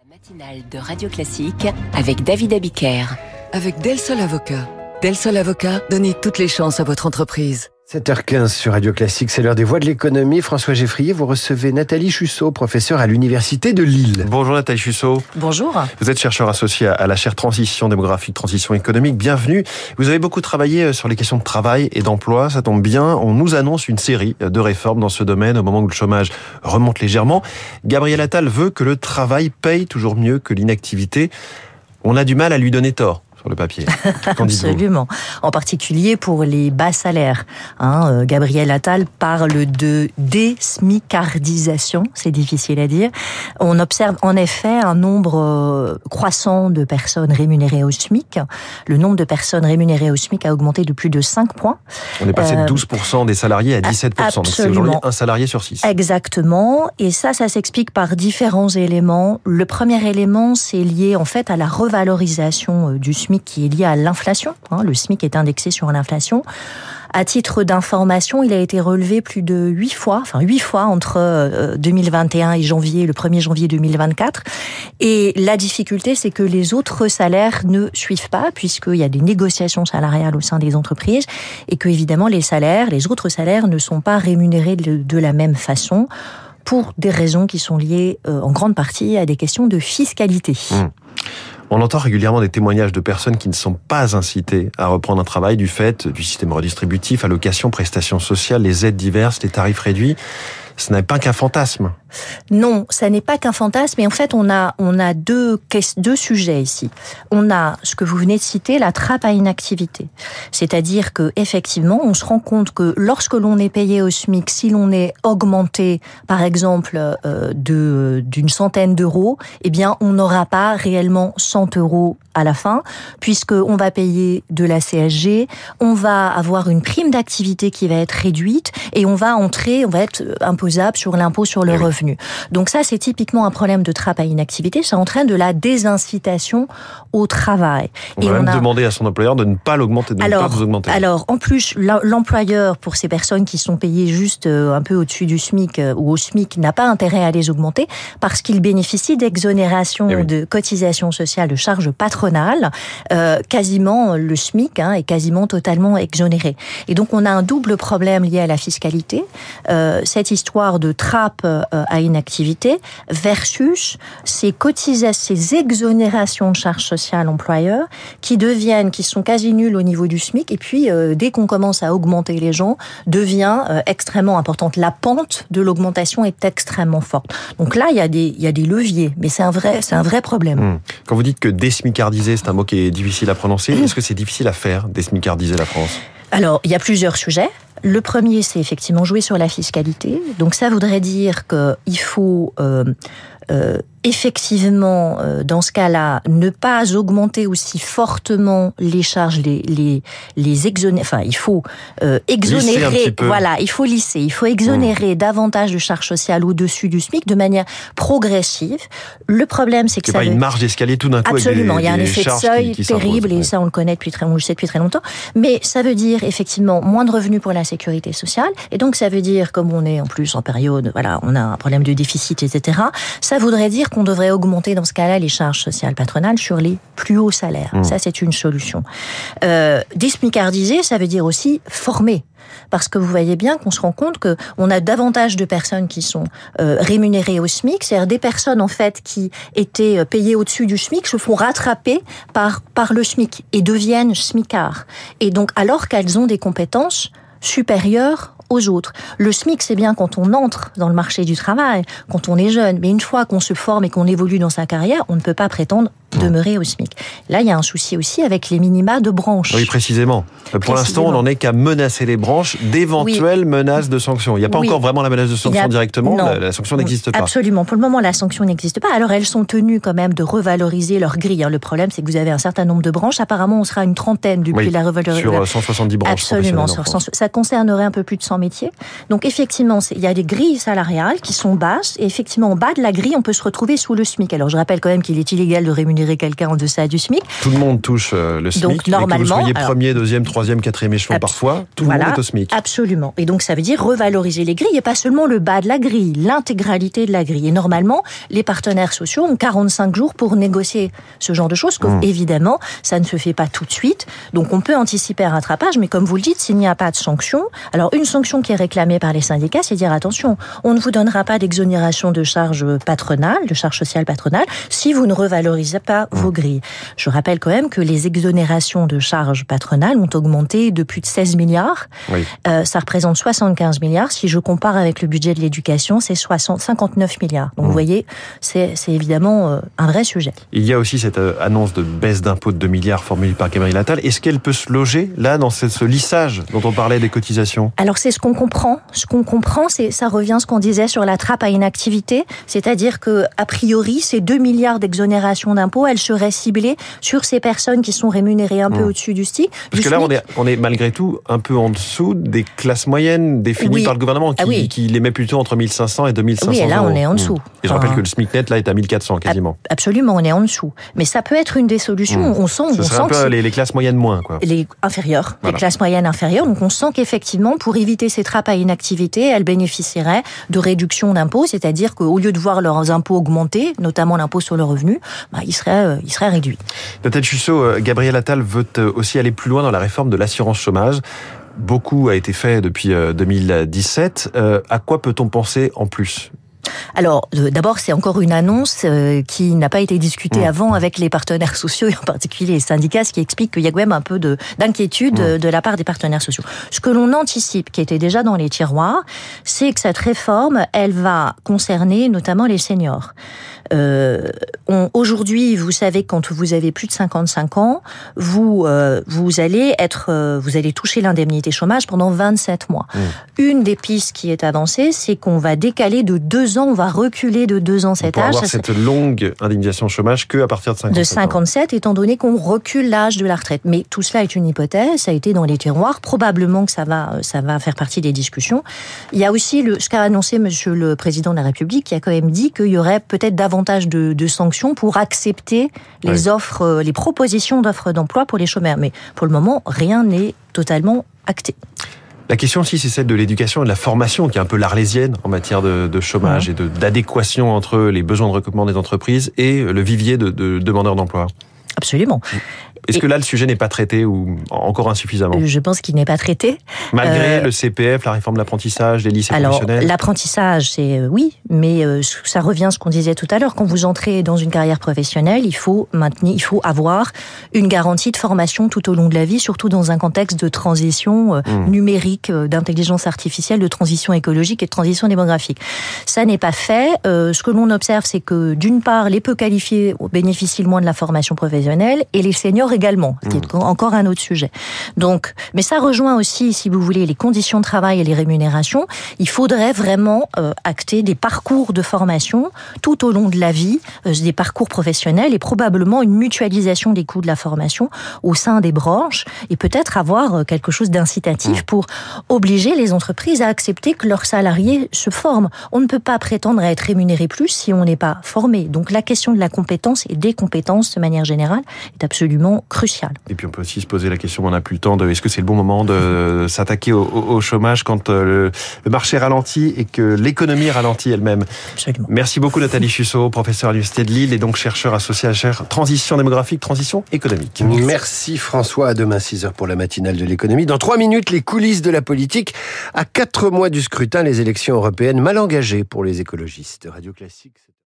Matinale de Radio Classique avec David Abiker. Avec Del Sol Avocat. Del Sol Avocat, donnez toutes les chances à votre entreprise. 7h15 sur Radio Classique, c'est l'heure des voix de l'économie. François Geffrier, vous recevez Nathalie Chusseau, professeure à l'Université de Lille. Bonjour Nathalie Chusseau. Bonjour. Vous êtes chercheur associé à la chaire Transition démographique, Transition économique. Bienvenue. Vous avez beaucoup travaillé sur les questions de travail et d'emploi. Ça tombe bien, on nous annonce une série de réformes dans ce domaine au moment où le chômage remonte légèrement. Gabriel Attal veut que le travail paye toujours mieux que l'inactivité. On a du mal à lui donner tort. Sur le papier. Absolument. En particulier pour les bas salaires. Gabriel Attal parle de désmicardisation, c'est difficile à dire. On observe en effet un nombre croissant de personnes rémunérées au SMIC. Le nombre de personnes rémunérées au SMIC a augmenté de plus de 5 points. On est passé de 12% des salariés à 17%. Absolument. Donc c'est aujourd'hui un salarié sur 6. Exactement. Et ça s'explique par différents éléments. Le premier élément, c'est lié en fait à la revalorisation du SMIC qui est lié à l'inflation. Le SMIC est indexé sur l'inflation. À titre d'information, il a été relevé plus de 8 fois entre 2021 et le 1er janvier 2024. Et la difficulté, c'est que les autres salaires ne suivent pas, puisqu'il y a des négociations salariales au sein des entreprises, et que évidemment les autres salaires ne sont pas rémunérés de la même façon, pour des raisons qui sont liées en grande partie à des questions de fiscalité. On entend régulièrement des témoignages de personnes qui ne sont pas incitées à reprendre un travail du fait du système redistributif, allocations, prestations sociales, les aides diverses, les tarifs réduits. Ce n'est pas qu'un fantasme. Non, ça n'est pas qu'un fantasme. Et en fait, on a deux sujets ici. On a ce que vous venez de citer, la trappe à inactivité. C'est-à-dire que effectivement, on se rend compte que lorsque l'on est payé au SMIC, si l'on est augmenté, par exemple, d'une centaine d'euros, eh bien, on n'aura pas réellement 100 euros à la fin, puisqu'on va payer de la CSG, on va avoir une prime d'activité qui va être réduite, et on va être imposable sur l'impôt sur le revenu. Donc ça, c'est typiquement un problème de trappe à inactivité. Ça entraîne de la désincitation au travail. On va même demander à son employeur de ne pas l'augmenter, ne pas vous augmenter. Alors, en plus, l'employeur, pour ces personnes qui sont payées juste un peu au-dessus du SMIC ou au SMIC, n'a pas intérêt à les augmenter parce qu'il bénéficie d'exonération de cotisations sociales, de charges patronales. Quasiment, le SMIC est quasiment totalement exonéré. Et donc, on a un double problème lié à la fiscalité. Cette histoire de trappe à inactivité versus ces exonérations de charges sociales employeurs qui sont quasi nulles au niveau du SMIC, et puis dès qu'on commence à augmenter les gens, devient extrêmement importante. La pente de l'augmentation est extrêmement forte. Donc là, il y a des leviers, mais c'est un vrai problème. Quand vous dites que désmicardiser, c'est un mot qui est difficile à prononcer, est-ce que c'est difficile à faire, désmicardiser la France ? Alors, il y a plusieurs sujets. Le premier, c'est effectivement jouer sur la fiscalité. Donc ça voudrait dire qu'il faut effectivement, dans ce cas-là, ne pas augmenter aussi fortement les charges, les exonérer. Enfin, il faut exonérer. Voilà, il faut lisser. Il faut exonérer davantage de charges sociales au-dessus du SMIC de manière progressive. Le problème, c'est que ça. Il n'y a pas une marge d'escalier tout d'un coup. Absolument, il y a un effet de seuil terrible, et ça on le connaît on le sait depuis très longtemps. Mais ça veut dire effectivement moins de revenus pour la sécurité sociale, et donc ça veut dire, comme on est en plus en période, on a un problème de déficit, etc. Ça voudrait dire qu'on devrait augmenter dans ce cas-là les charges sociales patronales sur les plus hauts salaires. Ça, c'est une solution. Désmicardiser, ça veut dire aussi former. Parce que vous voyez bien qu'on se rend compte qu'on a davantage de personnes qui sont rémunérées au SMIC, c'est-à-dire des personnes en fait qui étaient payées au-dessus du SMIC se font rattraper par le SMIC et deviennent SMICards. Et donc, alors qu'elles ont des compétences supérieures aux autres. Le SMIC, c'est bien quand on entre dans le marché du travail, quand on est jeune, mais une fois qu'on se forme et qu'on évolue dans sa carrière, on ne peut pas prétendre demeurer au SMIC. Là, il y a un souci aussi avec les minima de branche. Oui, précisément. Pour l'instant, on n'en est qu'à menacer les branches d'éventuelles menaces de sanctions. Il n'y a pas encore vraiment la menace de sanction directement. La sanction n'existe pas. Absolument. Pour le moment, la sanction n'existe pas. Alors, elles sont tenues quand même de revaloriser leur grille. Le problème, c'est que vous avez un certain nombre de branches. Apparemment, on sera une trentaine depuis la revalorisation. Sur 170 branches. Absolument. Ça concernerait un peu plus de 100 métiers. Donc, effectivement, il y a des grilles salariales qui sont basses. Et effectivement, en bas de la grille, on peut se retrouver sous le SMIC. Alors, je rappelle quand même qu'il est illégal de rémunérer considérer quelqu'un en deçà du SMIC. Tout le monde touche le SMIC. Donc, normalement, que vous soyez premier, deuxième, troisième, quatrième échelon parfois, tout le monde est au SMIC. Absolument. Et donc, ça veut dire revaloriser les grilles, et pas seulement le bas de la grille, l'intégralité de la grille. Et normalement, les partenaires sociaux ont 45 jours pour négocier ce genre de choses, que, évidemment, ça ne se fait pas tout de suite. Donc, on peut anticiper un rattrapage, mais comme vous le dites, s'il n'y a pas de sanction, alors une sanction qui est réclamée par les syndicats, c'est dire attention, on ne vous donnera pas d'exonération de charges patronales, de charges sociales patronales, si vous ne revalorisez pas vos grilles. Je rappelle quand même que les exonérations de charges patronales ont augmenté de plus de 16 milliards. Oui. Ça représente 75 milliards. Si je compare avec le budget de l'éducation, c'est 59 milliards. Donc vous voyez, c'est évidemment un vrai sujet. Il y a aussi cette annonce de baisse d'impôts de 2 milliards formulée par Gabriel Attal. Est-ce qu'elle peut se loger là dans ce lissage dont on parlait des cotisations? Alors c'est ce qu'on comprend. Ce qu'on comprend, ça revient à ce qu'on disait sur la trappe à inactivité, c'est-à-dire que a priori, ces 2 milliards d'exonération d'impôts, elles seraient ciblées sur ces personnes qui sont rémunérées un peu au-dessus du SMIC. Parce que là, on est malgré tout un peu en dessous des classes moyennes définies par le gouvernement qui les met plutôt entre 1500 et 2500 euros. Oui, et là, on est en dessous. Et je rappelle que le SMIC net, là, est à 1400 quasiment. Absolument, on est en dessous. Mais ça peut être une des solutions. On sent un peu les classes moyennes moins, quoi. Les inférieures, voilà. Les classes moyennes inférieures. Donc on sent qu'effectivement, pour éviter ces trappes à inactivité, elles bénéficieraient de réductions d'impôts, c'est-à-dire qu'au lieu de voir leurs impôts augmenter, notamment l'impôt sur le revenu, ils seraient réduits. Nathalie Chusseau, Gabriel Attal veut aussi aller plus loin dans la réforme de l'assurance chômage. Beaucoup a été fait depuis 2017. À quoi peut-on penser en plus ? Alors, d'abord, c'est encore une annonce qui n'a pas été discutée avant avec les partenaires sociaux, et en particulier les syndicats, ce qui explique qu'il y a quand même un peu d'inquiétude de la part des partenaires sociaux. Ce que l'on anticipe, qui était déjà dans les tiroirs, c'est que cette réforme, elle va concerner notamment les seniors. Aujourd'hui, vous savez, quand vous avez plus de 55 ans, vous allez toucher l'indemnité chômage pendant 27 mois. Une des pistes qui est avancée, c'est qu'on va décaler de 2 ans, on va reculer de 2 ans cet âge. On va avoir cette longue indemnisation chômage qu'à partir de 57 ans. De 57, étant donné qu'on recule l'âge de la retraite. Mais tout cela est une hypothèse, ça a été dans les tiroirs. Probablement que ça va faire partie des discussions. Il y a aussi ce qu'a annoncé Monsieur le Président de la République, qui a quand même dit qu'il y aurait peut-être davantage de sanctions pour accepter les offres, les propositions d'offres d'emploi pour les chômeurs. Mais pour le moment, rien n'est totalement acté. La question aussi, c'est celle de l'éducation et de la formation, qui est un peu l'arlésienne en matière de chômage et d'adéquation entre les besoins de recrutement des entreprises et le vivier de demandeurs d'emploi. Absolument. Est-ce que là, le sujet n'est pas traité ou encore insuffisamment ? Je pense qu'il n'est pas traité. Malgré le CPF, la réforme de l'apprentissage, les lycées professionnels ? Alors, l'apprentissage, c'est oui, mais ça revient à ce qu'on disait tout à l'heure. Quand vous entrez dans une carrière professionnelle, il faut avoir une garantie de formation tout au long de la vie, surtout dans un contexte de transition numérique, d'intelligence artificielle, de transition écologique et de transition démographique. Ça n'est pas fait. Ce que l'on observe, c'est que d'une part, les peu qualifiés bénéficient le moins de la formation professionnelle et les seniors également, ce qui est encore un autre sujet. Donc, mais ça rejoint aussi, si vous voulez, les conditions de travail et les rémunérations. Il faudrait vraiment acter des parcours de formation tout au long de la vie, des parcours professionnels et probablement une mutualisation des coûts de la formation au sein des branches et peut-être avoir quelque chose d'incitatif pour obliger les entreprises à accepter que leurs salariés se forment. On ne peut pas prétendre à être rémunéré plus si on n'est pas formé. Donc la question de la compétence et des compétences de manière générale est absolument crucial. Et puis on peut aussi se poser la question, on n'a plus le temps, est-ce que c'est le bon moment de s'attaquer au chômage quand le marché ralentit et que l'économie ralentit elle-même ? Absolument. Merci beaucoup Nathalie Chusseau, professeure à l'Université de Lille et donc chercheur associé à la chaire Transition démographique, Transition économique. Merci François, à demain 6h pour la matinale de l'économie. Dans 3 minutes, les coulisses de la politique. À 4 mois du scrutin, les élections européennes mal engagées pour les écologistes. Radio Classique.